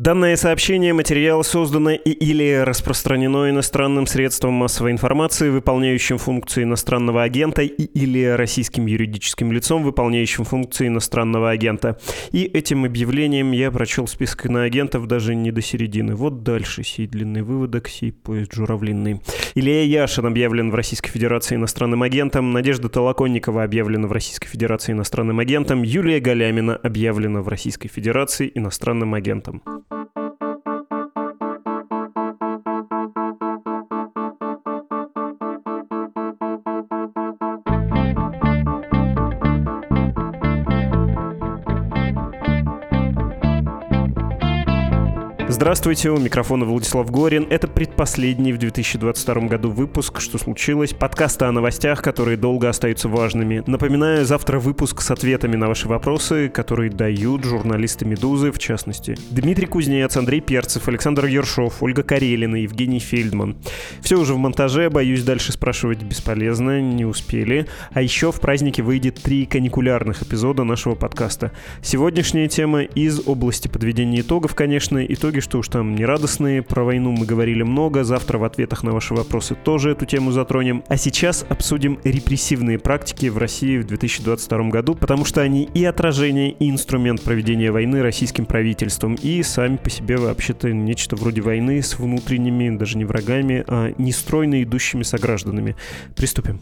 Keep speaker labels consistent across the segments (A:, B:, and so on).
A: Данное сообщение, материал создано или распространено иностранным средством массовой информации, выполняющим функции иностранного агента, или российским юридическим лицом, выполняющим функции иностранного агента. И этим объявлением я прочел список иноагентов даже не до середины. Вот дальше сей длинный выводок, сей поезд журавлиный. Илья Яшин объявлен в Российской Федерации иностранным агентом, Надежда Толоконникова объявлена в Российской Федерации иностранным агентом, Юлия Галямина объявлена в Российской Федерации иностранным агентом. Здравствуйте, у микрофона Владислав Горин. Это предпоследний в 2022 году выпуск «Что случилось?», подкаста о новостях, которые долго остаются важными. Напоминаю, завтра выпуск с ответами на ваши вопросы, которые дают журналисты «Медузы», в частности. Дмитрий Кузнец, Андрей Перцев, Александр Ершов, Ольга Карелина, Евгений Фельдман. Все уже в монтаже, боюсь, дальше спрашивать бесполезно, не успели. А еще в празднике выйдет 3 каникулярных эпизода нашего подкаста. Сегодняшняя тема из области подведения итогов, конечно, итоги, что уж там нерадостные, про войну мы говорили много, завтра в ответах на ваши вопросы тоже эту тему затронем. А сейчас обсудим репрессивные практики в России в 2022 году, потому что они и отражение, и инструмент проведения войны российским правительством, и сами по себе вообще-то нечто вроде войны с внутренними, даже не врагами, а нестройно идущими согражданами. Приступим.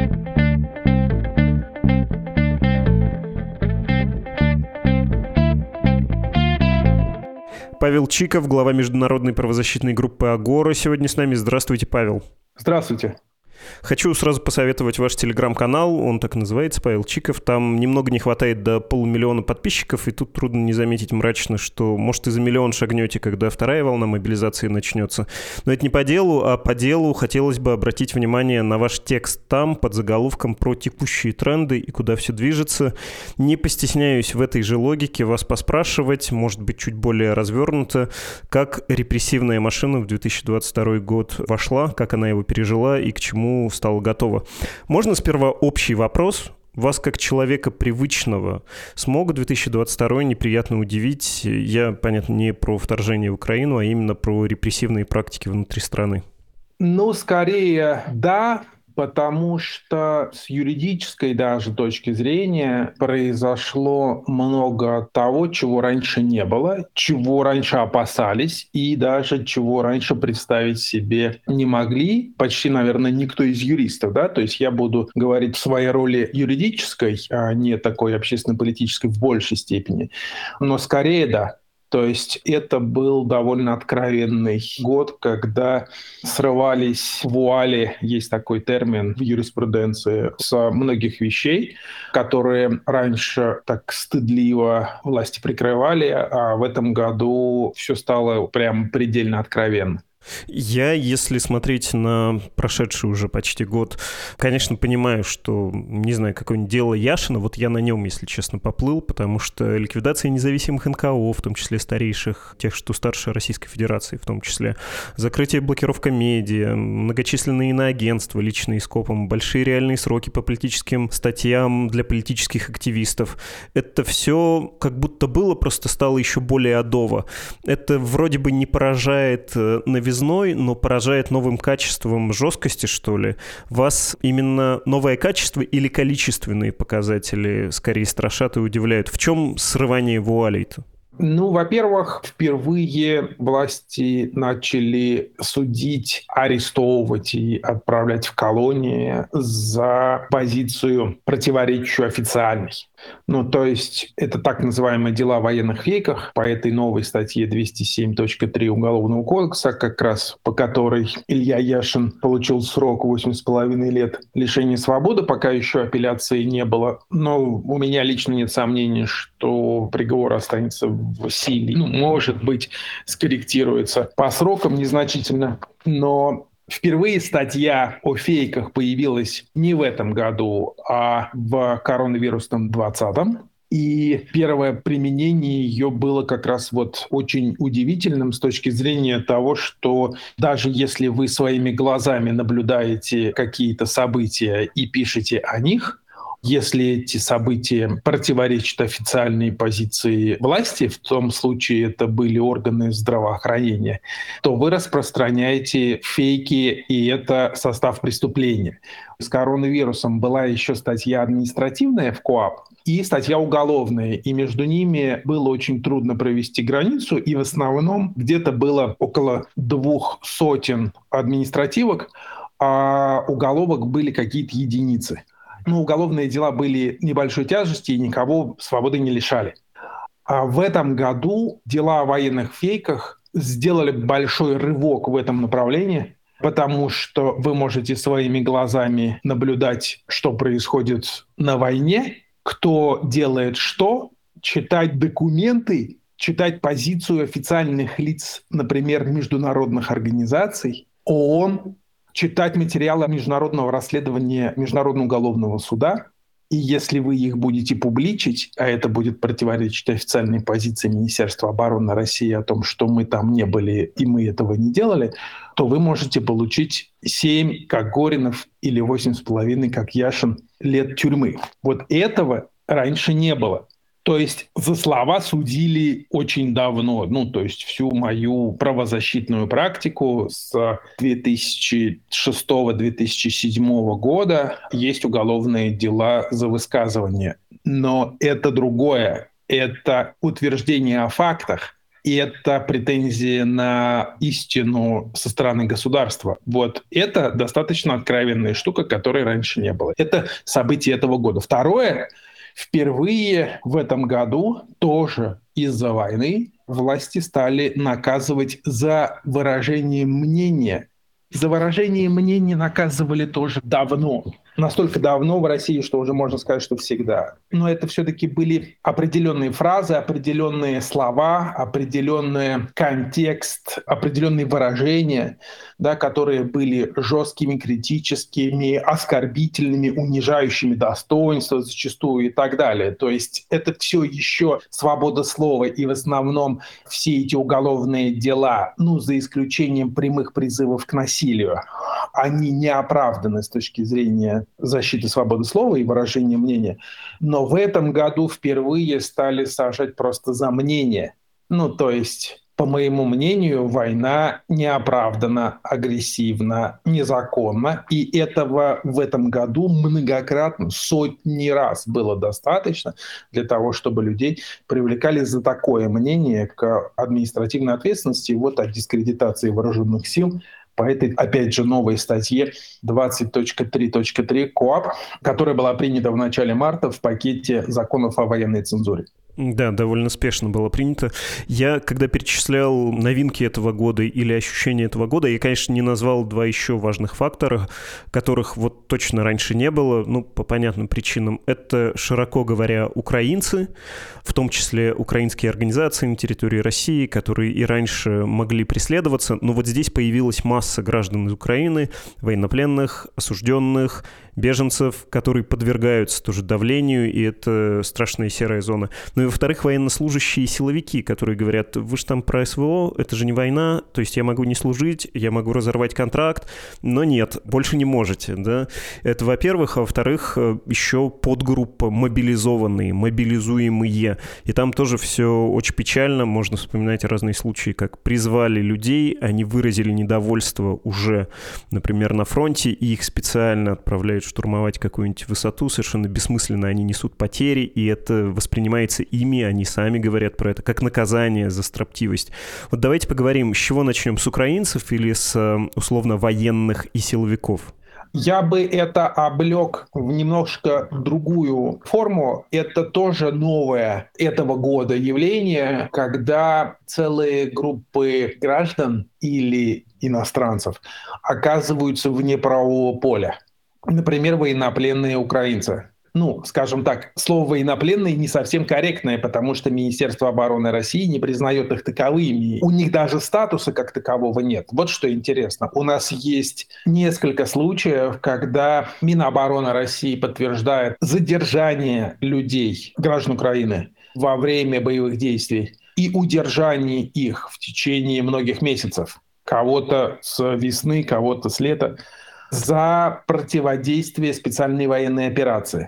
A: Павел Чиков, глава международной правозащитной группы «Агора», сегодня с нами. Здравствуйте, Павел.
B: Здравствуйте.
A: Хочу сразу посоветовать ваш телеграм-канал, он так и называется, Павел Чиков. Там немного не хватает до 500 000 подписчиков, и тут трудно не заметить мрачно, что, может, и за 1 000 000 шагнете, когда вторая волна мобилизации начнется. Но это не по делу, а по делу хотелось бы обратить внимание на ваш текст там, под заголовком «Про текущие тренды и куда все движется». Не постесняюсь в этой же логике вас поспрашивать, может быть, чуть более развернуто, как репрессивная машина в 2022 год вошла, как она его пережила и к чему стала готова. Можно сперва общий вопрос? Вас, как человека привычного, смог 2022 неприятно удивить? Я, понятно, не про вторжение в Украину, а именно про репрессивные практики внутри страны.
B: Скорее, да, потому что с юридической даже точки зрения произошло много того, чего раньше не было, чего раньше опасались и даже чего раньше представить себе не могли. Почти, наверное, никто из юристов, да, то есть я буду говорить в своей роли юридической, а не такой общественно-политической в большей степени, но скорее да. То есть это был довольно откровенный год, когда срывались вуали, есть такой термин в юриспруденции, с многих вещей, которые раньше так стыдливо власти прикрывали, а в этом году все стало прям предельно откровенно.
A: Я, если смотреть на прошедший уже почти год, конечно, понимаю, что, не знаю, какое-нибудь дело Яшина, вот я на нем, если честно, поплыл, потому что ликвидация независимых НКО, в том числе старейших, тех, что старше Российской Федерации, в том числе, закрытие, блокировка медиа, многочисленные иноагентства, личные скопом, большие реальные сроки по политическим статьям для политических активистов. Это все как будто было, просто стало еще более адово. Это вроде бы не поражает новизной, но поражает новым качеством жесткости, что ли. Вас именно новое качество или количественные показатели скорее страшат и удивляют? В чем срывание вуалей-то?
B: Во-первых, впервые власти начали судить, арестовывать и отправлять в колонии за позицию, противоречащую официальной. То есть это так называемые дела о военных фейках по этой новой статье 207.3 Уголовного кодекса, как раз по которой Илья Яшин получил срок 8,5 лет лишения свободы, пока еще апелляции не было. Но у меня лично нет сомнений, что приговор останется в силе. Может быть, скорректируется по срокам незначительно, но впервые статья о фейках появилась не в этом году, а в коронавирусном 2020-м. И первое применение ее было как раз очень удивительным с точки зрения того, что даже если вы своими глазами наблюдаете какие-то события и пишете о них, Если эти события противоречат официальной позиции власти, в том случае это были органы здравоохранения, то вы распространяете фейки, и это состав преступления. С коронавирусом была еще статья административная в КоАП и статья уголовная, и между ними было очень трудно провести границу, и в основном где-то было около 200 административок, а уголовок были какие-то единицы. Уголовные дела были небольшой тяжести и никого свободы не лишали. А в этом году дела о военных фейках сделали большой рывок в этом направлении, потому что вы можете своими глазами наблюдать, что происходит на войне, кто делает что, читать документы, читать позицию официальных лиц, например, международных организаций, ООН, читать материалы международного расследования Международного уголовного суда, и если вы их будете публичить, а это будет противоречить официальной позиции Министерства обороны России о том, что мы там не были и мы этого не делали, то вы можете получить 7, как Горинов, или 8,5, как Яшин, лет тюрьмы. Вот этого раньше не было. То есть за слова судили очень давно. То есть всю мою правозащитную практику с 2006-2007 года есть уголовные дела за высказывание. Но это другое. Это утверждение о фактах. И это претензии на истину со стороны государства. Вот это достаточно откровенная штука, которой раньше не было. Это событие этого года. Второе. Впервые в этом году тоже из-за войны власти стали наказывать за выражение мнения. За выражение мнения наказывали тоже давно. Настолько давно в России, что уже можно сказать, что всегда. Но это все-таки были определенные фразы, определенные слова, определенный контекст, определенные выражения, которые были жесткими, критическими, оскорбительными, унижающими достоинство зачастую и так далее. То есть это все еще свобода слова, и в основном все эти уголовные дела, за исключением прямых призывов к насилию, они не оправданы с точки зрения защиты свободы слова и выражения мнения. Но в этом году впервые стали сажать просто за мнение. То есть, по моему мнению, война неоправданно, агрессивна, незаконна. И этого в этом году многократно, сотни раз было достаточно для того, чтобы людей привлекали за такое мнение к административной ответственности, о дискредитации вооруженных сил по этой, опять же, новой статье 20.3.3 КоАП, которая была принята в начале марта в пакете законов о военной цензуре.
A: Да, довольно спешно было принято. Я, когда перечислял новинки этого года или ощущения этого года, я, конечно, не назвал два еще важных фактора, которых вот точно раньше не было, по понятным причинам. Это, широко говоря, украинцы, в том числе украинские организации на территории России, которые и раньше могли преследоваться, но вот здесь появилась масса граждан из Украины, военнопленных, осужденных, беженцев, которые подвергаются тоже давлению, и это страшная серая зона. И, во-вторых, военнослужащие и силовики, которые говорят: вы же там про СВО, это же не война, то есть я могу не служить, я могу разорвать контракт, но нет, больше не можете, да. Это, во-первых, а во-вторых, еще подгруппа мобилизованные, мобилизуемые, и там тоже все очень печально, можно вспоминать разные случаи, как призвали людей, они выразили недовольство уже, например, на фронте, и их специально отправляют штурмовать какую-нибудь высоту, совершенно бессмысленно, они несут потери, и это воспринимается ими, они сами говорят про это, как наказание за строптивость. Вот давайте поговорим, с чего начнем, с украинцев или с условно военных и силовиков?
B: Я бы это облег в немножко другую форму. Это тоже новое этого года явление, когда целые группы граждан или иностранцев оказываются вне правового поля. Например, военнопленные украинцы. Скажем так, слово «военнопленные» не совсем корректное, потому что Министерство обороны России не признает их таковыми. У них даже статуса как такового нет. Вот что интересно. У нас есть несколько случаев, когда Минобороны России подтверждает задержание людей, граждан Украины, во время боевых действий и удержание их в течение многих месяцев. Кого-то с весны, кого-то с лета, за противодействие специальной военной операции.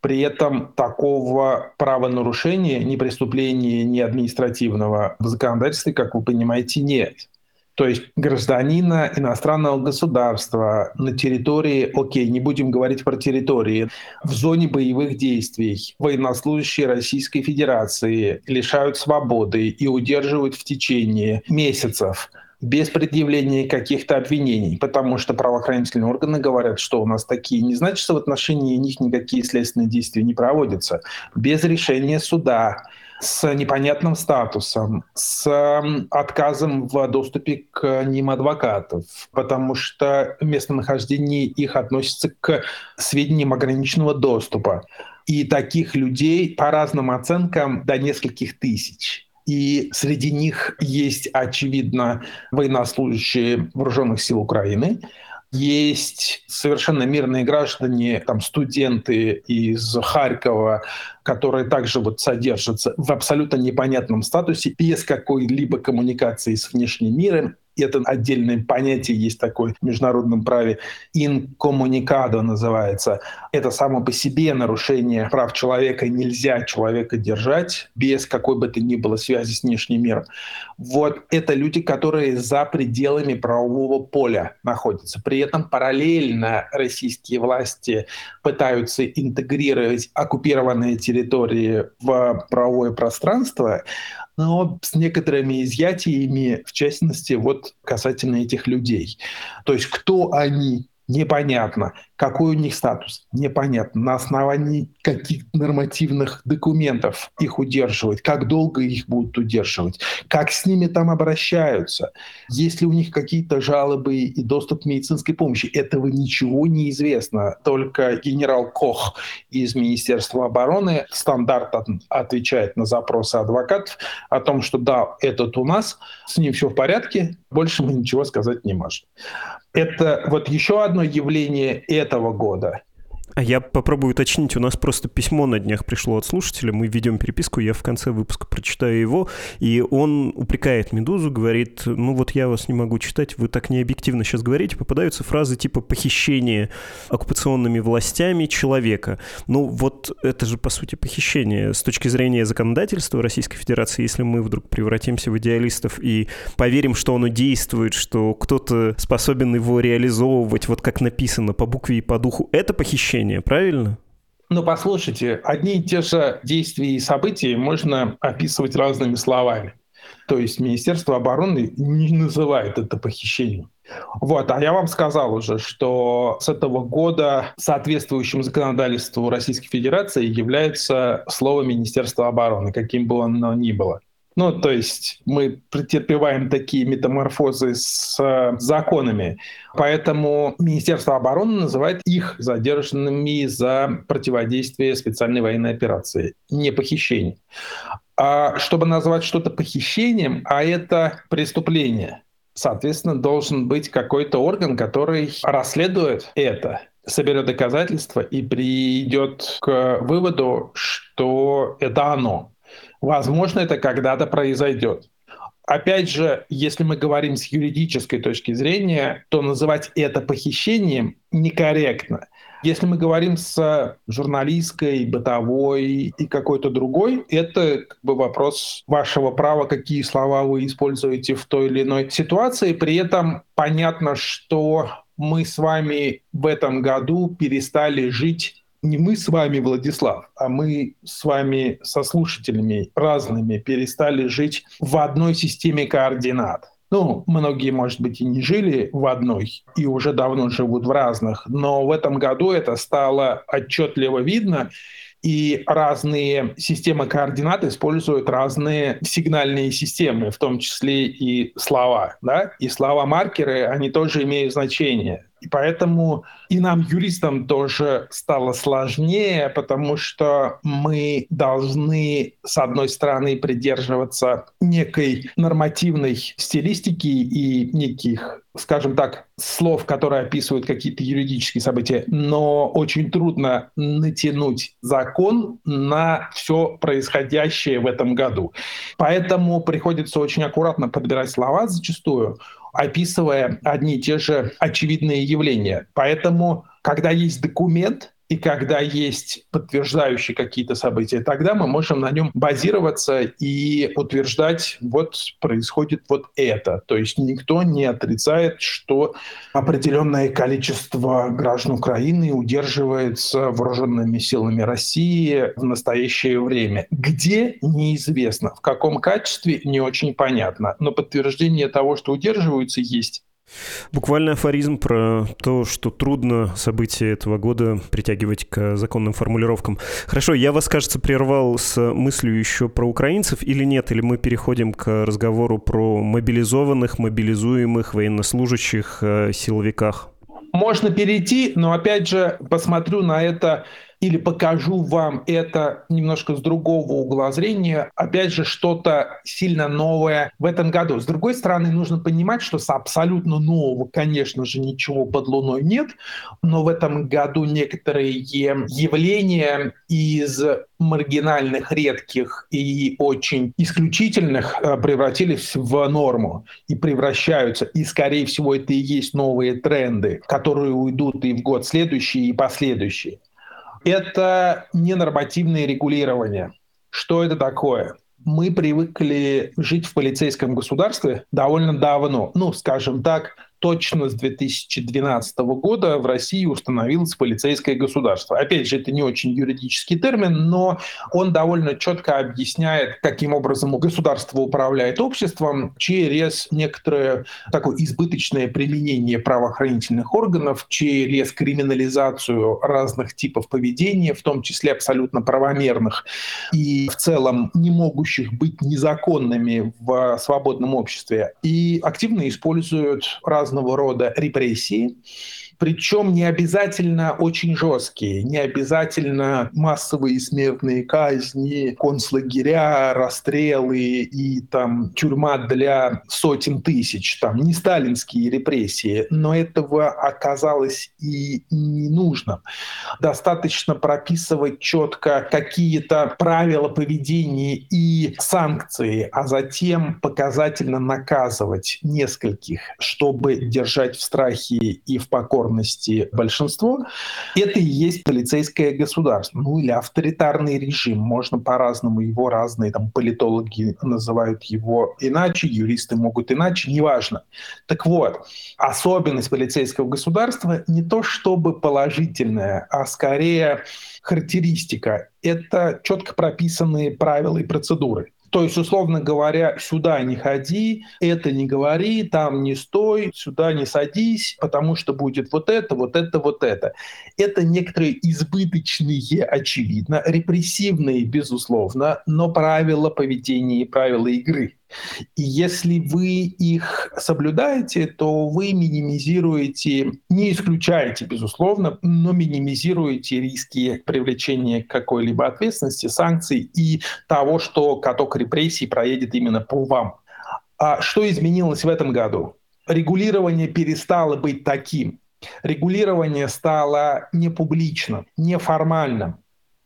B: При этом такого правонарушения, ни преступления, ни административного в законодательстве, как вы понимаете, нет. То есть гражданина иностранного государства на территории, окей, не будем говорить про территории, в зоне боевых действий военнослужащие Российской Федерации лишают свободы и удерживают в течение месяцев без предъявления каких-то обвинений, потому что правоохранительные органы говорят, что у нас такие, не значит, что в отношении них никакие следственные действия не проводятся. Без решения суда, с непонятным статусом, с отказом в доступе к ним адвокатов, потому что местонахождение их относится к сведениям ограниченного доступа. И таких людей, по разным оценкам, до нескольких тысяч. И среди них есть, очевидно, военнослужащие вооруженных сил Украины, есть совершенно мирные граждане, там, студенты из Харькова, которые также вот содержатся в абсолютно непонятном статусе, без какой-либо коммуникации с внешним миром. Это отдельное понятие есть такое в международном праве. Инкоммуникадо называется. Это само по себе нарушение прав человека. Нельзя человека держать без какой бы то ни было связи с внешним миром. Вот это люди, которые за пределами правового поля находятся. При этом параллельно российские власти пытаются интегрировать оккупированные территории в правовое пространство, но с некоторыми изъятиями, в частности, вот касательно этих людей. То есть кто они, непонятно. Какой у них статус, непонятно. На основании каких нормативных документов их удерживать, как долго их будут удерживать, как с ними там обращаются, есть ли у них какие-то жалобы и доступ к медицинской помощи. Этого ничего не известно. Только генерал Кох из Министерства обороны стандартно отвечает на запросы адвокатов о том, что да, этот у нас, с ним все в порядке, больше мы ничего сказать не можем. Это вот еще одно явление этого года.
A: А я попробую уточнить. У нас просто письмо на днях пришло от слушателя. Мы ведем переписку, я в конце выпуска прочитаю его. И он упрекает «Медузу», говорит, ну вот я вас не могу читать, вы так необъективно сейчас говорите. Попадаются фразы типа «похищение оккупационными властями человека». Ну вот это же, по сути, похищение. С точки зрения законодательства Российской Федерации, если мы вдруг превратимся в идеалистов и поверим, что оно действует, что кто-то способен его реализовывать, вот как написано, по букве и по духу, это похищение. Правильно?
B: Ну, послушайте, одни и те же действия и события можно описывать разными словами. То есть Министерство обороны не называет это похищением. Вот, а я вам сказал уже, что с этого года соответствующим законодательству Российской Федерации является слово Министерство обороны, каким бы оно ни было. Ну, то есть мы претерпеваем такие метаморфозы с законами, поэтому Министерство обороны называет их задержанными за противодействие специальной военной операции, не похищение. А чтобы назвать что-то похищением, а это преступление, соответственно, должен быть какой-то орган, который расследует это, соберет доказательства и придет к выводу, что это оно. Возможно, это когда-то произойдет. Опять же, если мы говорим с юридической точки зрения, то называть это похищением некорректно. Если мы говорим с журналистской, бытовой и какой-то другой, это как бы вопрос вашего права, какие слова вы используете в той или иной ситуации. При этом понятно, что мы с вами в этом году перестали жить. Не мы с вами, Владислав, а мы с вами со слушателями разными перестали жить в одной системе координат. Ну, многие, может быть, и не жили в одной, и уже давно живут в разных, но в этом году это стало отчетливо видно, и разные системы координат используют разные сигнальные системы, в том числе и слова. Да? И слова-маркеры, они тоже имеют значение. И поэтому и нам, юристам, тоже стало сложнее, потому что мы должны, с одной стороны, придерживаться некой нормативной стилистики и неких, скажем так, слов, которые описывают какие-то юридические события, но очень трудно натянуть закон на все происходящее в этом году. Поэтому приходится очень аккуратно подбирать слова зачастую, описывая одни и те же очевидные явления. Поэтому, когда есть документ, И когда есть подтверждающие какие-то события, тогда мы можем на нем базироваться и утверждать, вот происходит вот это. То есть никто не отрицает, что определенное количество граждан Украины удерживается вооруженными силами России в настоящее время. Где — неизвестно. В каком качестве — не очень понятно. Но подтверждение того, что удерживаются, есть.
A: Буквально афоризм про то, что трудно события этого года притягивать к законным формулировкам. Хорошо, я вас, кажется, прервал с мыслью еще про украинцев или нет? Или мы переходим к разговору про мобилизованных, мобилизуемых, военнослужащих, силовиках?
B: Можно перейти, но опять же посмотрю на это или покажу вам это немножко с другого угла зрения. Опять же, что-то сильно новое в этом году. С другой стороны, нужно понимать, что с абсолютно нового, конечно же, ничего под луной нет, но в этом году некоторые явления из маргинальных, редких и очень исключительных превратились в норму и превращаются. И, скорее всего, это и есть новые тренды, которые уйдут и в год следующий, и последующий. Это ненормативное регулирование. Что это такое? Мы привыкли жить в полицейском государстве довольно давно. Ну, скажем так, точно с 2012 года в России установилось полицейское государство. Опять же, это не очень юридический термин, но он довольно четко объясняет, каким образом государство управляет обществом через некоторое такое избыточное применение правоохранительных органов, через криминализацию разных типов поведения, в том числе абсолютно правомерных и в целом не могущих быть незаконными в свободном обществе, и активно используют разного рода репрессии, причем не обязательно очень жесткие, не обязательно массовые смертные казни, концлагеря, расстрелы и там тюрьма для сотен тысяч, там не сталинские репрессии, но этого оказалось и не нужно. Достаточно прописывать четко какие-то правила поведения и санкции, а затем показательно наказывать нескольких, чтобы держать в страхе и в покорности большинство. Это и есть полицейское государство, ну или авторитарный режим. Можно по-разному его, разные там политологи называют его иначе, юристы могут иначе, неважно. Так вот, особенность полицейского государства не то чтобы положительная, а скорее характеристика. Это четко прописанные правила и процедуры. То есть, условно говоря, сюда не ходи, это не говори, там не стой, сюда не садись, потому что будет вот это, вот это, вот это. Это некоторые избыточные, очевидно, репрессивные, безусловно, но правила поведения и правила игры. И если вы их соблюдаете, то вы минимизируете, не исключаете, безусловно, но минимизируете риски привлечения к какой-либо ответственности, санкций и того, что каток репрессий проедет именно по вам. А что изменилось в этом году? Регулирование перестало быть таким. Регулирование стало непубличным, неформальным.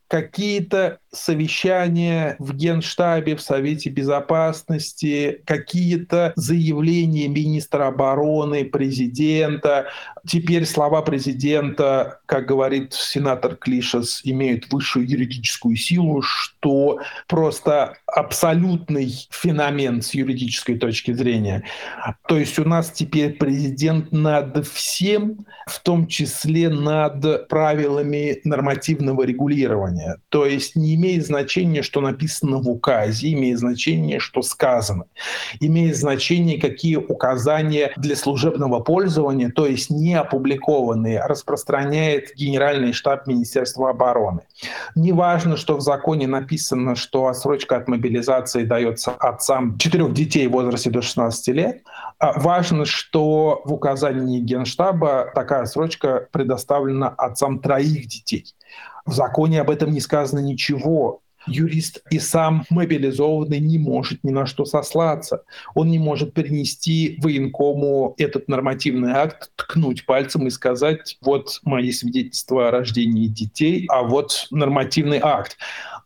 B: Какие-то совещания в Генштабе, в Совете Безопасности, какие-то заявления министра обороны, президента. Теперь слова президента, как говорит сенатор Клишес, имеют высшую юридическую силу, что просто абсолютный феномен с юридической точки зрения. То есть у нас теперь президент над всем, в том числе над правилами нормативного регулирования. То есть не имеет значения, что написано в указе, имеет значение, что сказано. Имеет значение, какие указания для служебного пользования, то есть не опубликованные, распространяет Генеральный штаб Министерства обороны. Неважно, что в законе написано, что отсрочка от мобилизации дается отцам 4 детей в возрасте до 16 лет. Важно, что в указании Генштаба такая отсрочка предоставлена отцам 3 детей. В законе об этом не сказано ничего. Юрист и сам мобилизованный не может ни на что сослаться. Он не может принести военкому этот нормативный акт, ткнуть пальцем и сказать: вот мои свидетельства о рождении детей, а вот нормативный акт.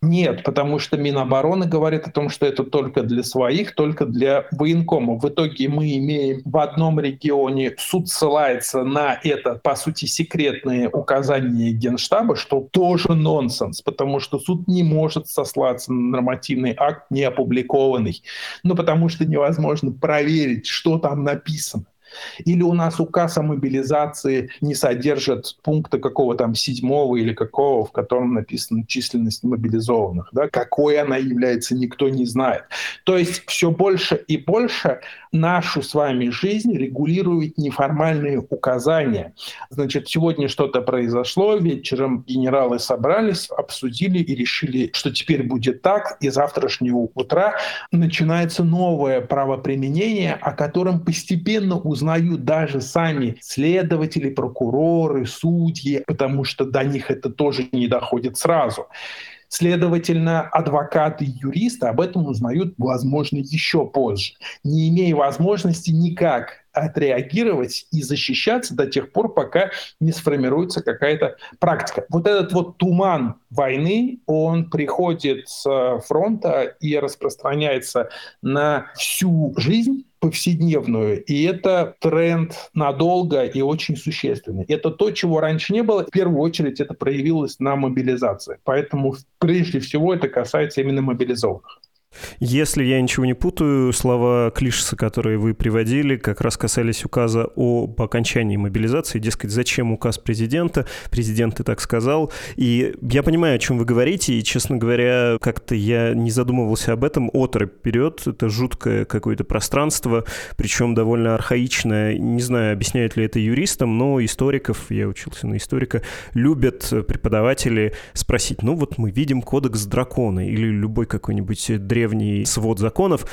B: Нет, потому что Минобороны говорит о том, что это только для своих, только для военкомов. В итоге мы имеем в одном регионе, суд ссылается на это, по сути, секретные указания Генштаба, что тоже нонсенс, потому что суд не может сослаться на нормативный акт, не опубликованный. Ну, потому что невозможно проверить, что там написано. Или у нас указ о мобилизации не содержит пункта какого там 7-го или какого, в котором написана численность мобилизованных. Да? Какой она является, никто не знает. То есть все больше и больше нашу с вами жизнь регулируют неформальные указания. Значит, сегодня что-то произошло, вечером генералы собрались, обсудили и решили, что теперь будет так, и завтрашнего утра начинается новое правоприменение, о котором постепенно узнают даже сами следователи, прокуроры, судьи, потому что до них это тоже не доходит сразу. Следовательно, адвокаты и юристы об этом узнают, возможно, еще позже, не имея возможности никак отреагировать и защищаться до тех пор, пока не сформируется какая-то практика. Вот этот вот туман войны, он приходит с фронта и распространяется на всю жизнь повседневную, и это тренд надолго и очень существенный. Это то, чего раньше не было. В первую очередь это проявилось на мобилизации. Поэтому прежде всего это касается именно мобилизованных.
A: Если я ничего не путаю, слова Клишеса, которые вы приводили, как раз касались указа об окончании мобилизации. Дескать, зачем указ президента? Президент и так сказал. И я понимаю, о чем вы говорите, и, честно говоря, как-то я не задумывался об этом. Оторопь вперед, это жуткое какое-то пространство, причем довольно архаичное. Не знаю, объясняют ли это юристам, но историков, я учился на историка, любят преподаватели спросить, ну вот мы видим кодекс дракона или любой какой-нибудь древний свод законов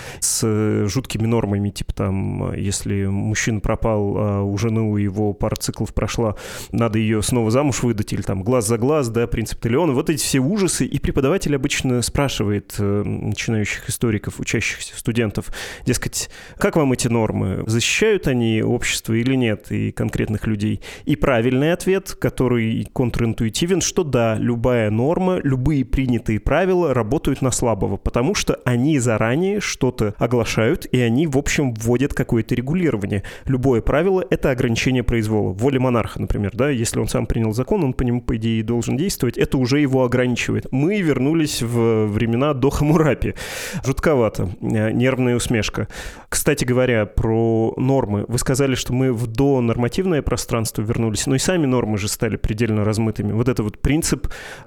A: с жуткими нормами, типа там, если мужчина пропал, а у жены у его пара циклов прошла, надо ее снова замуж выдать, или там глаз за глаз, да, принцип Талеона, вот эти все ужасы, и преподаватель обычно спрашивает начинающих историков, учащихся студентов, дескать, как вам эти нормы? Защищают они общество или нет, и конкретных людей? И правильный ответ, который контринтуитивен, что да, любая норма, любые принятые правила работают на слабого, потому что они заранее что-то оглашают, и они, в общем, вводят какое-то регулирование. Любое правило — это ограничение произвола. Воля монарха, например, да, если он сам принял закон, он по нему, по идее, должен действовать, это уже его ограничивает. Мы вернулись в времена до Хаммурапи. Жутковато. Нервная усмешка. Кстати говоря, про нормы. Вы сказали, что мы в донормативное пространство вернулись, но и сами нормы же стали предельно размытыми. Вот это вот принцип,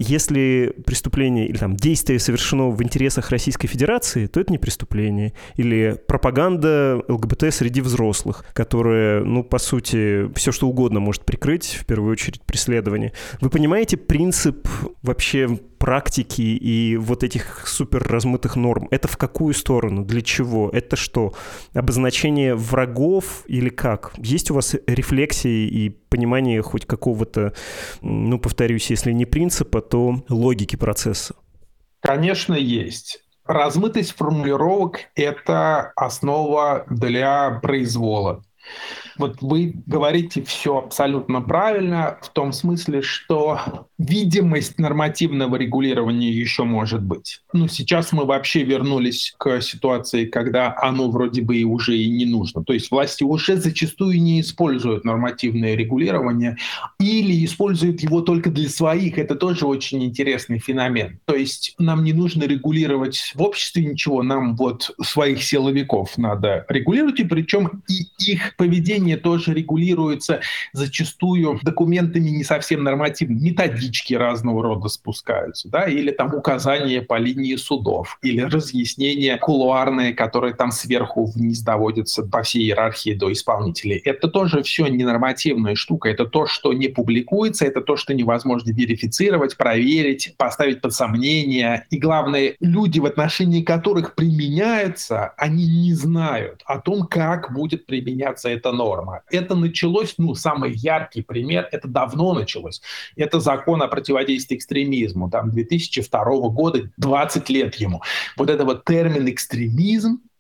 A: если преступление или там действие совершено в интересах Российской Федерации, то это не преступление. Или пропаганда ЛГБТ среди взрослых, которая, ну, по сути, все что угодно может прикрыть, в первую очередь, преследование. Вы понимаете принцип вообще практики и вот этих супер размытых норм? Это в какую сторону? Для чего? Это что? Обозначение врагов или как? Есть у вас рефлексии и понимание хоть какого-то, ну, повторюсь, если не принципа, то логики процесса?
B: Конечно, есть. Размытость формулировок — это основа для произвола. Вот вы говорите все абсолютно правильно, в том смысле, что видимость нормативного регулирования еще может быть. Но сейчас мы вообще вернулись к ситуации, когда оно вроде бы и уже и не нужно. То есть власти уже зачастую не используют нормативное регулирование или используют его только для своих. Это тоже очень интересный феномен. То есть нам не нужно регулировать в обществе ничего, нам вот своих силовиков надо регулировать, и причем и их поведение тоже регулируется зачастую документами не совсем нормативными, методички разного рода спускаются, да, или там указания по линии судов, или разъяснения кулуарные, которые там сверху вниз доводятся по всей иерархии до исполнителей. Это тоже все ненормативная штука, это то, что не публикуется, это то, что невозможно верифицировать, проверить, поставить под сомнение. И главное, люди, в отношении которых применяется, они не знают о том, как будет применяться эта норма. Это началось, самый яркий пример, это давно началось. Это закон о противодействии экстремизму, там 2002 года, 20 лет ему. Вот это вот термин экстремизм,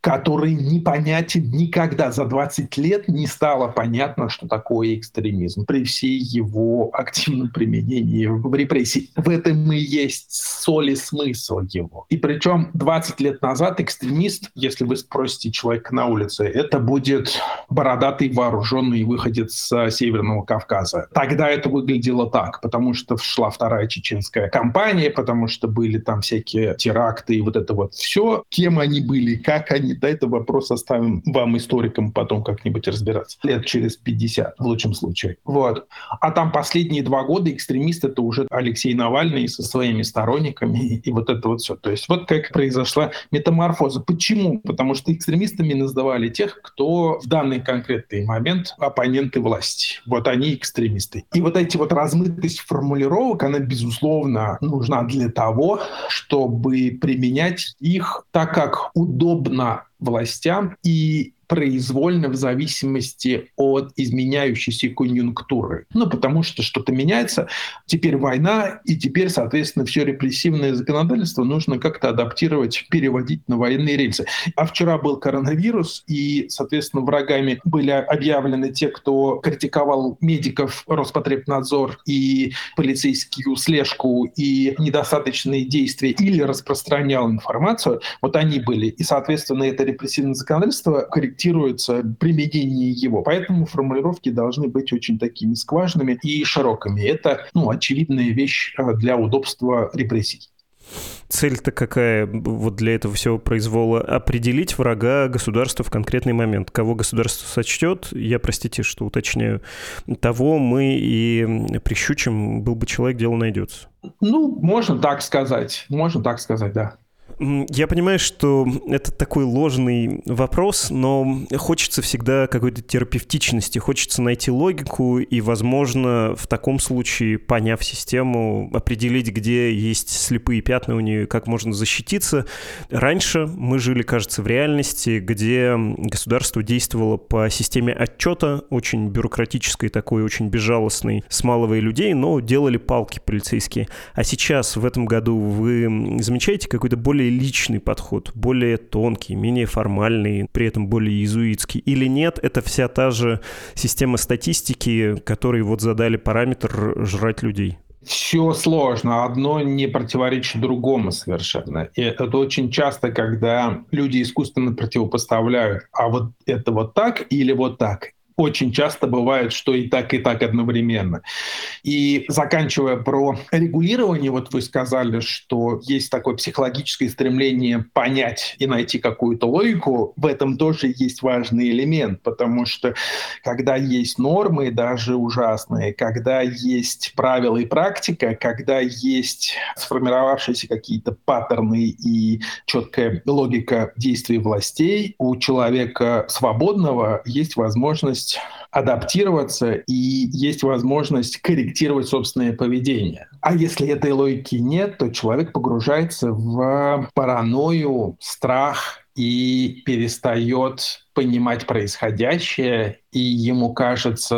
B: который непонятен никогда. За 20 лет не стало понятно, что такое экстремизм при всей его активном применении в репрессии. В этом и есть соль и смысл его. И причем 20 лет назад экстремист, если вы спросите человека на улице, это будет бородатый вооруженный выходец с Северного Кавказа. Тогда это выглядело так, потому что шла вторая чеченская кампания, потому что были там всякие теракты и вот это вот все. Кем они были, как они, да, это вопрос оставим вам, историкам, потом как-нибудь разбираться. Лет через 50 в лучшем случае. Вот. А там последние 2 года экстремист — это уже Алексей Навальный со своими сторонниками и вот это вот все. То есть вот как произошла метаморфоза. Почему? Потому что экстремистами называли тех, кто в данный конкретный момент оппоненты власти. Вот они экстремисты. И вот эти вот размытость формулировок, она, безусловно, нужна для того, чтобы применять их так, как удобно властям и произвольно в зависимости от изменяющейся конъюнктуры. Потому что что-то меняется, теперь война, и теперь, соответственно, все репрессивное законодательство нужно как-то адаптировать, переводить на военные рельсы. А вчера был коронавирус, и, соответственно, врагами были объявлены те, кто критиковал медиков, Роспотребнадзор и полицейскую слежку и недостаточные действия или распространял информацию. Вот они были. И, соответственно, это репрессивное законодательство корректируется применение его. Поэтому формулировки должны быть очень такими скважинами и широкими. Это, очевидная вещь для удобства репрессий.
A: Цель-то какая вот для этого всего произвола? Определить врага государства в конкретный момент. Кого государство сочтет, я, простите, что уточняю, того мы и прищучим, был бы человек, дело найдется.
B: Можно так сказать, да.
A: Я понимаю, что это такой ложный вопрос, но хочется всегда какой-то терапевтичности, хочется найти логику и, возможно, в таком случае, поняв систему, определить, где есть слепые пятна у нее, как можно защититься. Раньше мы жили, кажется, в реальности, где государство действовало по системе отчета, очень бюрократической такой, очень безжалостной, смалывая людей, но делали палки полицейские. А сейчас, в этом году, вы замечаете какой-то более личный подход, более тонкий, менее формальный, при этом более иезуитский? Или нет, это вся та же система статистики, которой вот задали параметр жрать людей?
B: Все сложно, одно не противоречит другому совершенно. И это очень часто, когда люди искусственно противопоставляют, а вот это вот так или вот так. Очень часто бывает, что и так одновременно. И заканчивая про регулирование, вот вы сказали, что есть такое психологическое стремление понять и найти какую-то логику. В этом тоже есть важный элемент, потому что когда есть нормы, даже ужасные, когда есть правила и практика, когда есть сформировавшиеся какие-то паттерны и четкая логика действий властей, у человека свободного есть возможность адаптироваться и есть возможность корректировать собственное поведение. А если этой логики нет, то человек погружается в паранойю, страх и перестает понимать происходящее, и ему кажется,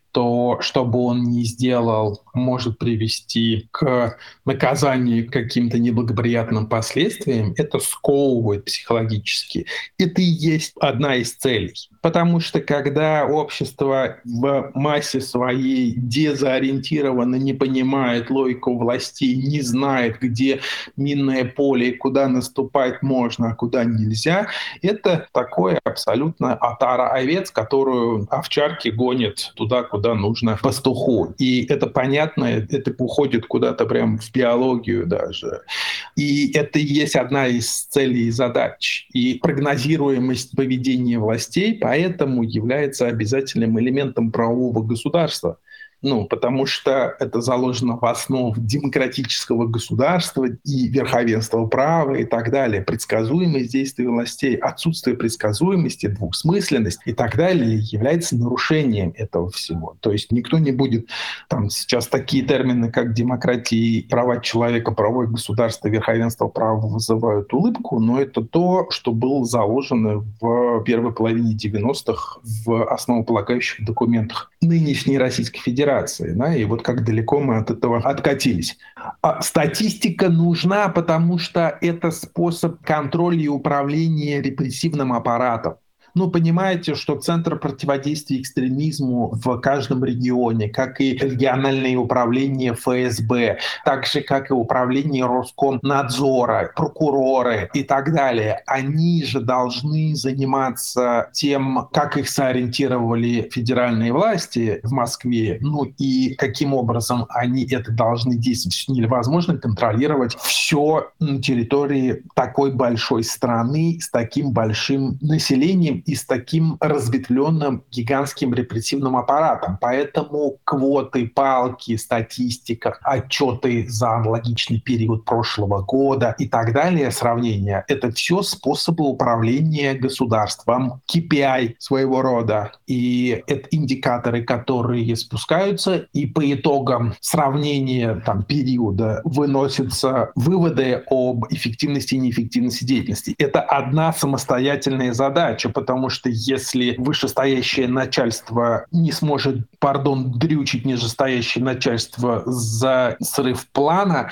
B: что бы он ни сделал, может привести к наказанию, к каким-то неблагоприятным последствиям, это сковывает психологически. Это и есть одна из целей. Потому что когда общество в массе своей дезориентировано, не понимает логику властей, не знает, где минное поле и куда наступать можно, а куда нельзя, это такое абсолютно отара овец, которую овчарки гонят туда, куда нужно пастуху. И это понятно, это уходит куда-то прям в биологию даже. И это и есть одна из целей и задач. И прогнозируемость поведения властей поэтому является обязательным элементом правового государства. Потому что это заложено в основу демократического государства и верховенства права и так далее. Предсказуемость действий властей, отсутствие предсказуемости, двусмысленность и так далее является нарушением этого всего. То есть никто не будет, сейчас такие термины, как демократия, права человека, правовое государство, верховенство права вызывают улыбку, но это то, что было заложено в первой половине 90-х в основополагающих документах нынешней Российской Федерации. миграции, да, и вот как далеко мы от этого откатились. Статистика нужна, потому что это способ контроля и управления репрессивным аппаратом. Ну, понимаете, что Центр противодействия экстремизму в каждом регионе, как и региональные управления ФСБ, так же, как и управление Роскомнадзора, прокуроры и так далее, они же должны заниматься тем, как их сориентировали федеральные власти в Москве, ну и каким образом они это должны действовать. Невозможно контролировать все на территории такой большой страны с таким большим населением и с таким разветвленным гигантским репрессивным аппаратом. Поэтому квоты, палки, статистика, отчеты за аналогичный период прошлого года и так далее, сравнения — это все способы управления государством, KPI своего рода. И это индикаторы, которые спускаются, и по итогам сравнения периода выносятся выводы об эффективности и неэффективности деятельности. Это одна самостоятельная задача, потому что если вышестоящее начальство не сможет, дрючить нижестоящее начальство за срыв плана,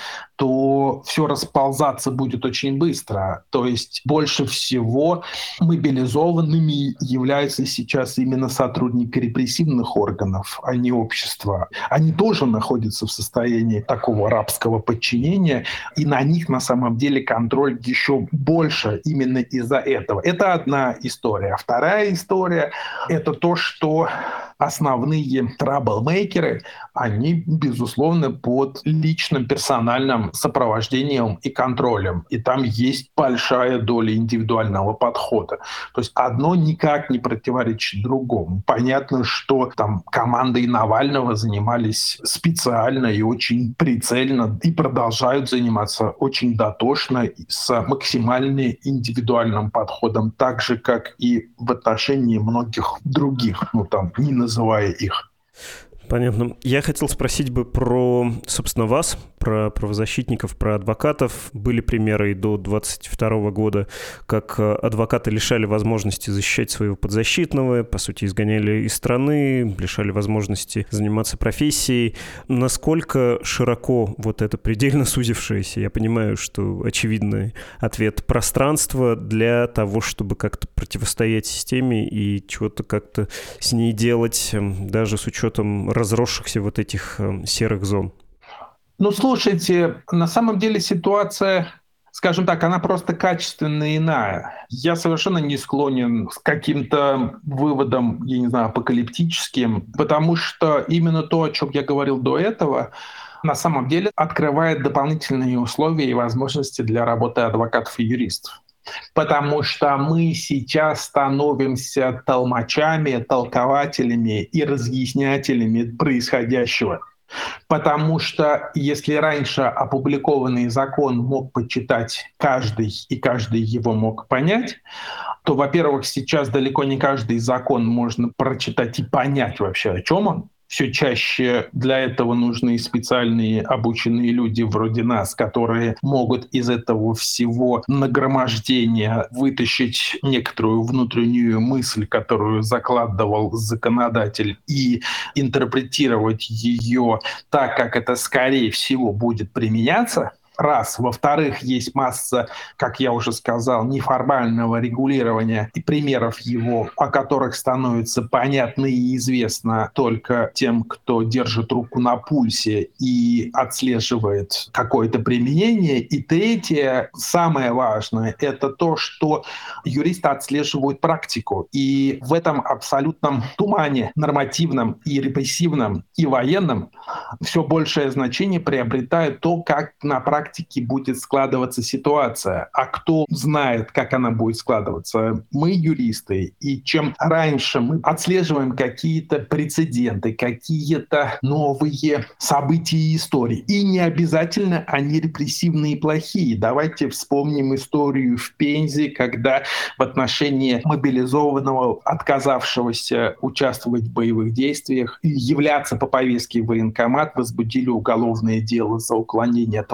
B: то все расползаться будет очень быстро. То есть больше всего мобилизованными являются сейчас именно сотрудники репрессивных органов, а не общества. Они тоже находятся в состоянии такого рабского подчинения, и на них на самом деле контроль еще больше именно из-за этого. Это одна история. Вторая история — это то, что основные траблмейкеры, они, безусловно, под личным персональным сопровождением и контролем. И там есть большая доля индивидуального подхода. То есть одно никак не противоречит другому. Понятно, что там командой Навального занимались специально и очень прицельно, и продолжают заниматься очень дотошно, с максимально индивидуальным подходом, так же, как и в отношении многих других, не называя их.
A: Понятно. Я хотел спросить бы про, собственно, вас, про правозащитников, про адвокатов. Были примеры и до 2022 года, как адвокаты лишали возможности защищать своего подзащитного, по сути, изгоняли из страны, лишали возможности заниматься профессией. Насколько широко вот это предельно сузившееся, я понимаю, что очевидный ответ, пространство для того, чтобы как-то противостоять системе и чего-то как-то с ней делать, даже с учетом разросшихся вот этих серых зон?
B: Слушайте, на самом деле ситуация, скажем так, она просто качественно иная. Я совершенно не склонен к каким-то выводам, апокалиптическим, потому что именно то, о чем я говорил до этого, на самом деле открывает дополнительные условия и возможности для работы адвокатов и юристов. Потому что мы сейчас становимся толмачами, толкователями и разъяснятелями происходящего. Потому что если раньше опубликованный закон мог почитать каждый, и каждый его мог понять, то, во-первых, сейчас далеко не каждый закон можно прочитать и понять вообще, о чем он. Все чаще для этого нужны специальные обученные люди вроде нас, которые могут из этого всего нагромождения вытащить некоторую внутреннюю мысль, которую закладывал законодатель, и интерпретировать ее так, как это, скорее всего, будет применяться. Раз. Во-вторых, есть масса, как я уже сказал, неформального регулирования и примеров его, о которых становится понятно и известно только тем, кто держит руку на пульсе и отслеживает какое-то применение. И третье, самое важное, это то, что юристы отслеживают практику. И в этом абсолютном тумане нормативном и репрессивном и военном все большее значение приобретает то, как на практике будет складываться ситуация. А кто знает, как она будет складываться? Мы юристы. И чем раньше мы отслеживаем какие-то прецеденты, какие-то новые события и истории. И не обязательно они репрессивные и плохие. Давайте вспомним историю в Пензе, когда в отношении мобилизованного, отказавшегося участвовать в боевых действиях и являться по повестке в военкомат, возбудили уголовное дело за уклонение от военной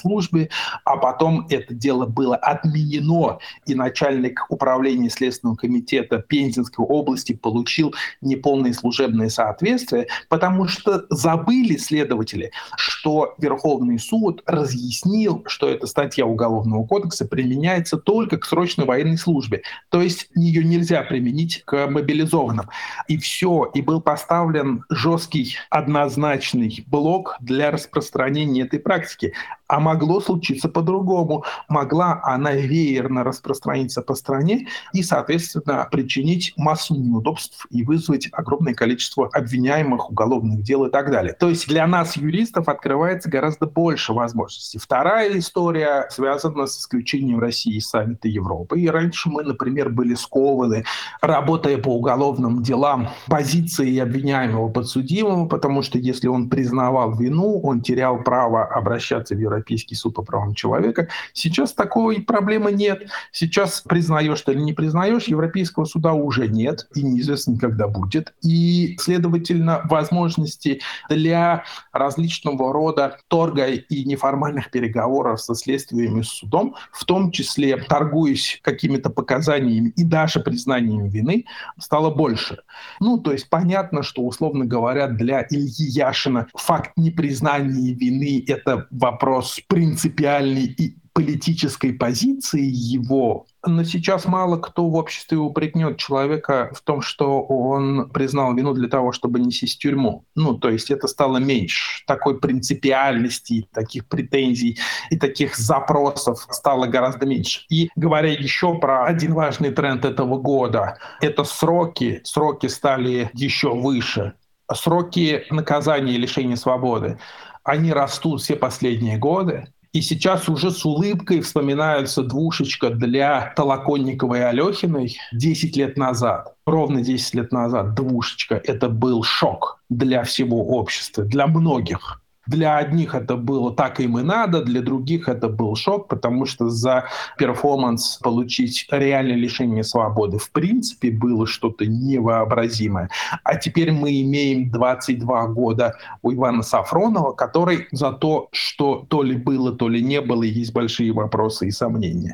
B: службе, а потом это дело было отменено, и начальник управления Следственного комитета Пензенской области получил неполное служебное соответствие, потому что забыли следователи, что Верховный суд разъяснил, что эта статья Уголовного кодекса применяется только к срочной военной службе, то есть ее нельзя применить к мобилизованным. И все, и был поставлен жесткий однозначный блок для распространения этой практики. А могло случиться по-другому. Могла она веерно распространиться по стране и, соответственно, причинить массу неудобств и вызвать огромное количество обвиняемых, уголовных дел и так далее. То есть для нас, юристов, открывается гораздо больше возможностей. Вторая история связана с исключением России из саммита Европы. И раньше мы, например, были скованы, работая по уголовным делам, позицией обвиняемого подсудимого, потому что если он признавал вину, он терял право обращаться в Европейский суд по правам человека. Сейчас такой проблемы нет. Сейчас признаешь ты или не признаешь, Европейского суда уже нет, и неизвестно, когда будет. И, следовательно, возможности для различного рода торга и неформальных переговоров со следствием и с судом, в том числе торгуясь какими-то показаниями и даже признанием вины, стало больше. То есть понятно, что, условно говоря, для Ильи Яшина факт непризнания вины — это вопрос принципиальный и политической позиции его, но сейчас мало кто в обществе упрекнет человека в том, что он признал вину для того, чтобы не сесть в тюрьму. То есть это стало меньше. Такой принципиальности, таких претензий и таких запросов стало гораздо меньше. И говоря еще про один важный тренд этого года, это сроки. Сроки стали еще выше. Сроки наказания и лишения свободы, они растут все последние годы. И сейчас уже с улыбкой вспоминается двушечка для Толоконниковой и Алехиной 10 лет назад. Ровно 10 лет назад двушечка — это был шок для всего общества, для многих. Для одних это было так им и надо, для других это был шок, потому что за перформанс получить реальное лишение свободы в принципе было что-то невообразимое. А теперь мы имеем 22 года у Ивана Сафронова, который за то, что то ли было, то ли не было, есть большие вопросы и сомнения.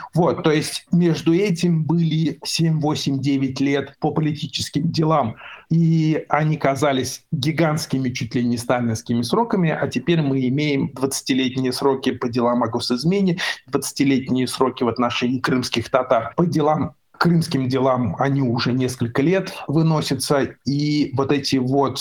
B: То есть между этим были 7, 8, 9 лет по политическим делам, и они казались гигантскими, чуть ли не сталинскими сроками, а теперь мы имеем 20-летние сроки по делам о госизмене, 20-летние сроки в отношении крымских татар. По крымским делам они уже несколько лет выносятся, и эти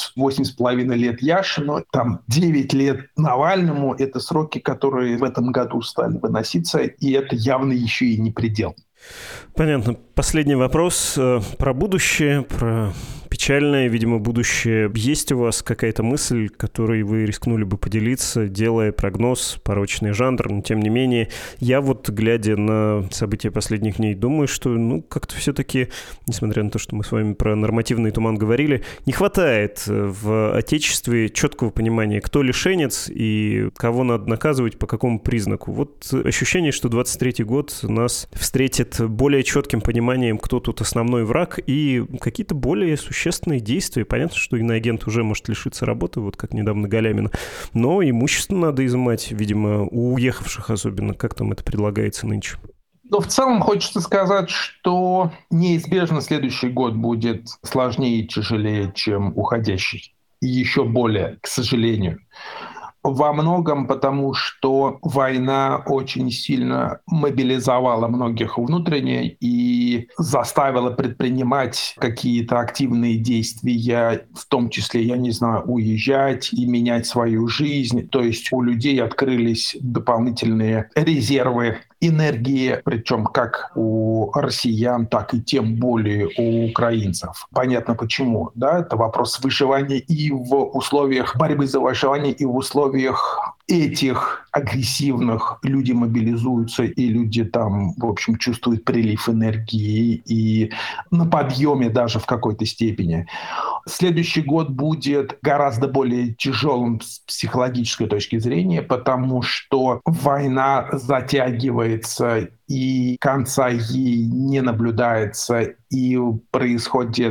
B: 8,5 лет Яшину, 9 лет Навальному — это сроки, которые в этом году стали выноситься, и это явно еще и не предел.
A: Понятно. Последний вопрос про будущее, про печальное, видимо, будущее. Есть у вас какая-то мысль, которой вы рискнули бы поделиться, делая прогноз, порочный жанр, но тем не менее, я глядя на события последних дней, думаю, что, как-то все-таки, несмотря на то, что мы с вами про нормативный туман говорили, не хватает в Отечестве четкого понимания, кто лишенец и кого надо наказывать, по какому признаку. Ощущение, что 23-й год нас встретит более четким пониманием, кто тут основной враг, и какие-то более существенные действия. Понятно, что иноагент уже может лишиться работы, как недавно Галямина, но имущество надо изымать, видимо, у уехавших особенно. Как там это предлагается нынче?
B: В целом хочется сказать, что неизбежно следующий год будет сложнее и тяжелее, чем уходящий. И еще более, к сожалению. Во многом потому, что война очень сильно мобилизовала многих внутренне и заставила предпринимать какие-то активные действия, в том числе, уезжать и менять свою жизнь. То есть у людей открылись дополнительные резервы энергии, причем как у россиян, так и тем более у украинцев. Понятно почему. Это вопрос выживания и в условиях борьбы за выживание, и в условиях этих агрессивных люди мобилизуются, и люди чувствуют прилив энергии и на подъеме даже в какой-то степени. Следующий год будет гораздо более тяжелым с психологической точки зрения, потому что война затягивается, и конца ей не наблюдается, и происходит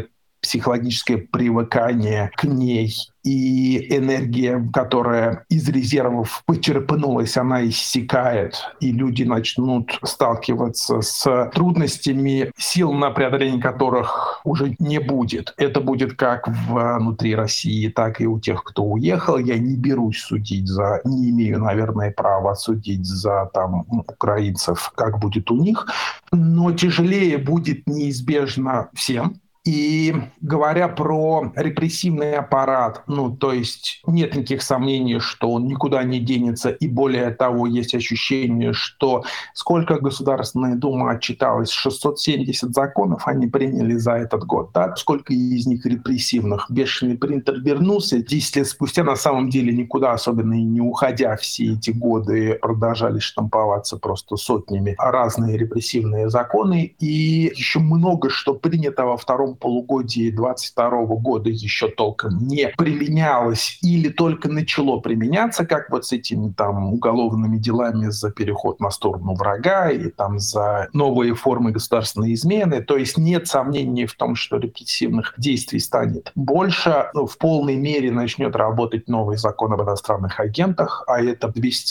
B: психологическое привыкание к ней и энергия, которая из резервов почерпнулась, она иссякает, и люди начнут сталкиваться с трудностями, сил на преодоление которых уже не будет. Это будет как внутри России, так и у тех, кто уехал. Я не берусь судить не имею, наверное, права судить за украинцев, как будет у них, но тяжелее будет неизбежно всем. И говоря про репрессивный аппарат, то есть нет никаких сомнений, что он никуда не денется, и более того, есть ощущение, что сколько Государственная Дума отчиталась, 670 законов они приняли за этот год, да? Сколько из них репрессивных. Бешеный принтер вернулся, 10 лет спустя на самом деле никуда особенно и не уходя, все эти годы продолжали штамповаться просто сотнями разные репрессивные законы, и еще много что принято во втором полугодии 2022 года еще толком не применялось или только начало применяться, как вот с этими уголовными делами за переход на сторону врага и за новые формы государственной измены. То есть нет сомнений в том, что репрессивных действий станет больше. В полной мере начнет работать новый закон об иностранных агентах, а это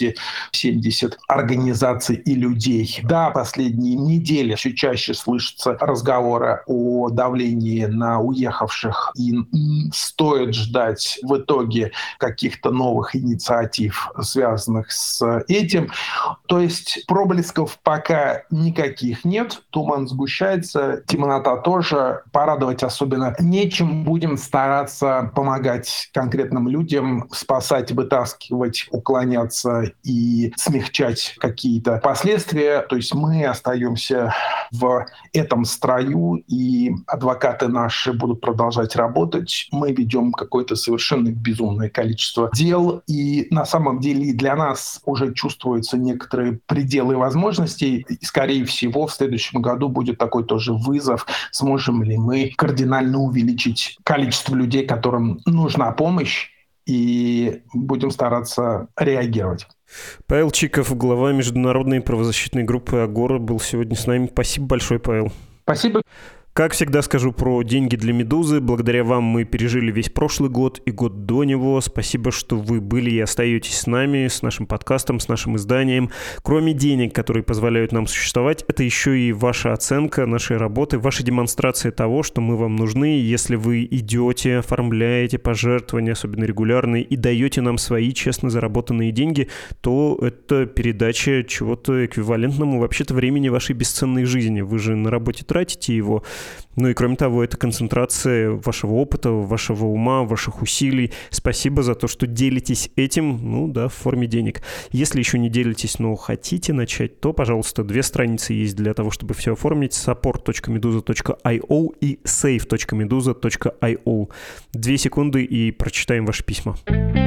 B: 270 организаций и людей. Да, последние недели все чаще слышатся разговоры о давлении на уехавших, и стоит ждать в итоге каких-то новых инициатив, связанных с этим. То есть проблесков пока никаких нет, туман сгущается, темнота тоже. Порадовать особенно нечем. Будем стараться помогать конкретным людям, спасать, вытаскивать, уклоняться и смягчать какие-то последствия. То есть мы остаемся в этом строю, и адвокаты наши будут продолжать работать. Мы ведем какое-то совершенно безумное количество дел, и на самом деле для нас уже чувствуются некоторые пределы возможностей. И, скорее всего, в следующем году будет такой тоже вызов, сможем ли мы кардинально увеличить количество людей, которым нужна помощь, и будем стараться реагировать.
A: Павел Чиков, глава международной правозащитной группы «Агора», был сегодня с нами. Спасибо большое, Павел.
B: Спасибо.
A: Как всегда скажу про деньги для «Медузы». Благодаря вам мы пережили весь прошлый год и год до него. Спасибо, что вы были и остаетесь с нами, с нашим подкастом, с нашим изданием. Кроме денег, которые позволяют нам существовать, это еще и ваша оценка нашей работы, ваша демонстрация того, что мы вам нужны. Если вы идете, оформляете пожертвования, особенно регулярные, и даете нам свои честно заработанные деньги, то это передача чего-то эквивалентному вообще-то времени вашей бесценной жизни. Вы же на работе тратите его. Ну и кроме того, это концентрация вашего опыта, вашего ума, ваших усилий. Спасибо за то, что делитесь этим, в форме денег. Если еще не делитесь, но хотите начать, то, пожалуйста, 2 страницы есть для того, чтобы все оформить. support.meduza.io и save.meduza.io. 2 секунды и прочитаем ваши письма.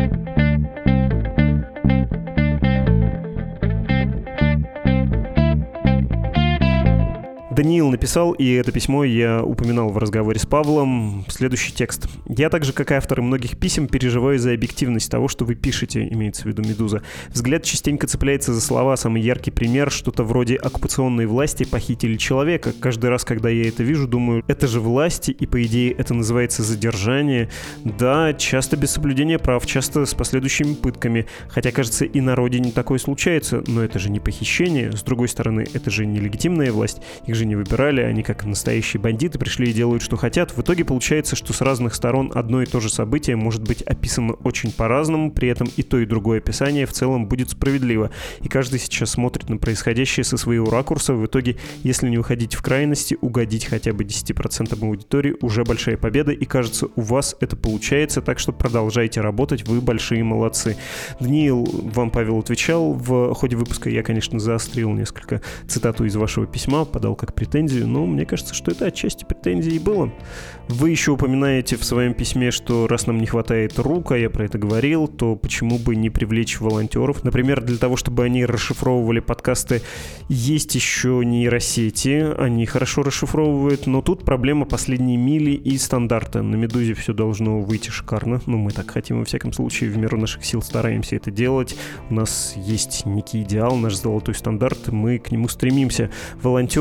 A: Даниил написал, и это письмо я упоминал в разговоре с Павлом. Следующий текст. «Я так же, как и авторы многих писем, переживаю за объективность того, что вы пишете», имеется в виду «Медуза». Взгляд частенько цепляется за слова. Самый яркий пример — что-то вроде «оккупационные власти похитили человека». Каждый раз, когда я это вижу, думаю, это же власти, и по идее это называется задержание. Да, часто без соблюдения прав, часто с последующими пытками. Хотя, кажется, и на родине такое случается, но это же не похищение. С другой стороны, это же нелегитимная власть. Их же не выбирали, они как настоящие бандиты пришли и делают, что хотят. В итоге получается, что с разных сторон одно и то же событие может быть описано очень по-разному, при этом и то, и другое описание в целом будет справедливо. И каждый сейчас смотрит на происходящее со своего ракурса. В итоге, если не уходить в крайности, угодить хотя бы 10% аудитории уже большая победа, и кажется, у вас это получается, так что продолжайте работать, вы большие молодцы. Даниил, вам Павел отвечал. В ходе выпуска я, конечно, заострил несколько цитату из вашего письма, подал как претензию, но мне кажется, что это отчасти претензии и было. Вы еще упоминаете в своем письме, что раз нам не хватает рук, а я про это говорил, то почему бы не привлечь волонтеров? Например, для того, чтобы они расшифровывали подкасты, есть еще нейросети, они хорошо расшифровывают, но тут проблема последней мили и стандарта. На «Медузе» все должно выйти шикарно, мы так хотим, во всяком случае, в меру наших сил стараемся это делать. У нас есть некий идеал, наш золотой стандарт, мы к нему стремимся. Волонтеры же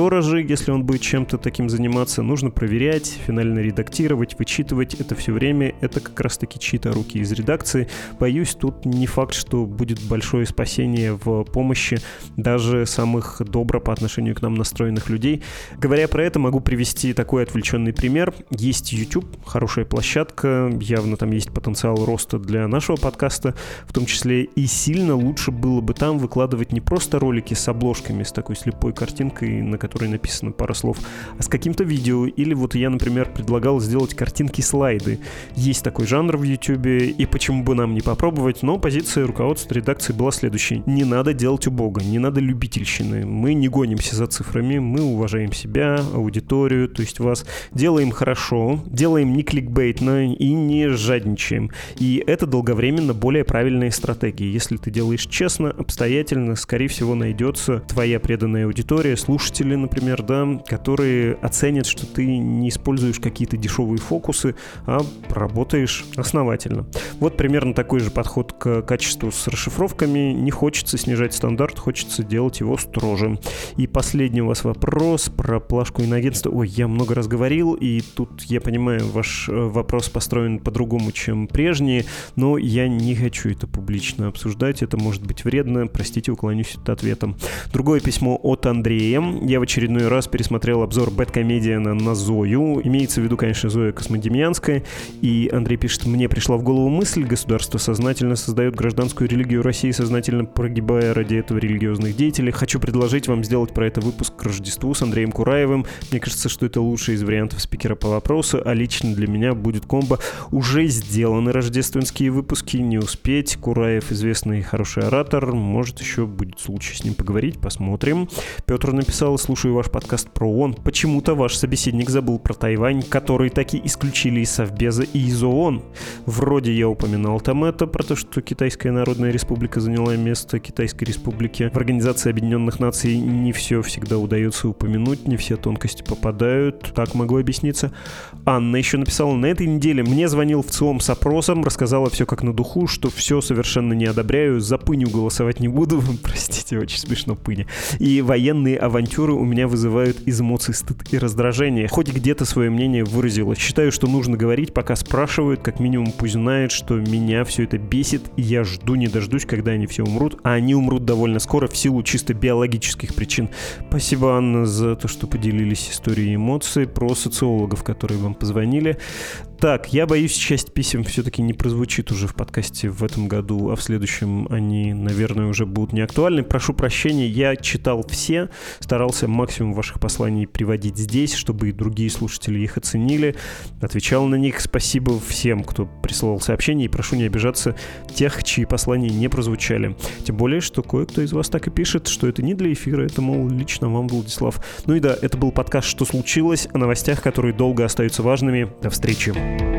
A: если он будет чем-то таким заниматься, нужно проверять, финально редактировать, вычитывать это все время. Это как раз-таки чьи-то руки из редакции. Боюсь, тут не факт, что будет большое спасение в помощи даже самых добро по отношению к нам настроенных людей. Говоря про это, могу привести такой отвлеченный пример. Есть YouTube, хорошая площадка, явно там есть потенциал роста для нашего подкаста, в том числе, и сильно лучше было бы там выкладывать не просто ролики с обложками, с такой слепой картинкой, на которой написано пара слов, а с каким-то видео. Или вот я, например, предлагал сделать картинки-слайды. Есть такой жанр в YouTube, и почему бы нам не попробовать, но позиция руководства редакции была следующей. Не надо делать убого, не надо любительщины. Мы не гонимся за цифрами, мы уважаем себя, аудиторию, то есть вас, делаем хорошо, делаем не кликбейтно и не жадничаем. И это долговременно более правильные стратегии. Если ты делаешь честно, обстоятельно, скорее всего, найдется твоя преданная аудитория, слушатели, например, да, которые оценят, что ты не используешь какие-то дешевые фокусы, а работаешь основательно. Вот примерно такой же подход к качеству с расшифровками. Не хочется снижать стандарт, хочется делать его строже. И последний у вас вопрос про плашку иноагентства. Ой, я много раз говорил, и тут, я понимаю, ваш вопрос построен по-другому, чем прежние, но я не хочу это публично обсуждать, это может быть вредно, простите, уклонюсь от ответа. Другое письмо от Андрея. Я в очередной раз пересмотрел обзор Бэдкомедиана на Зою. Имеется в виду, конечно, Зоя Космодемьянская. И Андрей пишет: мне пришла в голову мысль, государство сознательно создает гражданскую религию России, сознательно прогибая ради этого религиозных деятелей. Хочу предложить вам сделать про это выпуск к Рождеству с Андреем Кураевым. Мне кажется, что это лучший из вариантов спикера по вопросу, а лично для меня будет комбо. Уже сделаны рождественские выпуски, не успеть. Кураев известный хороший оратор, может, еще будет случай с ним поговорить, посмотрим. Петр написал: слушаю ваш подкаст про ООН. Почему-то ваш собеседник забыл про Тайвань, который таки исключили из Совбеза и из ООН. Вроде я упоминал там это, про то, что Китайская Народная Республика заняла место Китайской Республики. В Организации Объединенных Наций не все всегда удается упомянуть, не все тонкости попадают. Так могу объясниться. Анна еще написала: на этой неделе мне звонил в ЦИОМ с опросом, рассказала все как на духу, что все совершенно не одобряю, за Пыню голосовать не буду. Простите, очень смешно, Пыня. И военные авантюры у меня вызывают из эмоций стыд и раздражение. Хоть где-то свое мнение выразила. Считаю, что нужно говорить, пока спрашивают, как минимум пусть знают, что меня все это бесит, и я жду не дождусь, когда они все умрут, а они умрут довольно скоро в силу чисто биологических причин. Спасибо, Анна, за то, что поделились историей эмоций, про социологов, которые вам позвонили. Так, я боюсь, часть писем все-таки не прозвучит уже в подкасте в этом году, а в следующем они, наверное, уже будут не актуальны. Прошу прощения, я читал все, старался максимум ваших посланий приводить здесь, чтобы и другие слушатели их оценили, отвечал на них. Спасибо всем, кто присылал сообщения, и прошу не обижаться тех, чьи послания не прозвучали. Тем более, что кое-кто из вас так и пишет, что это не для эфира, это, мол, лично вам, Владислав. Ну и да, это был подкаст «Что случилось?», о новостях, которые долго остаются важными. До встречи.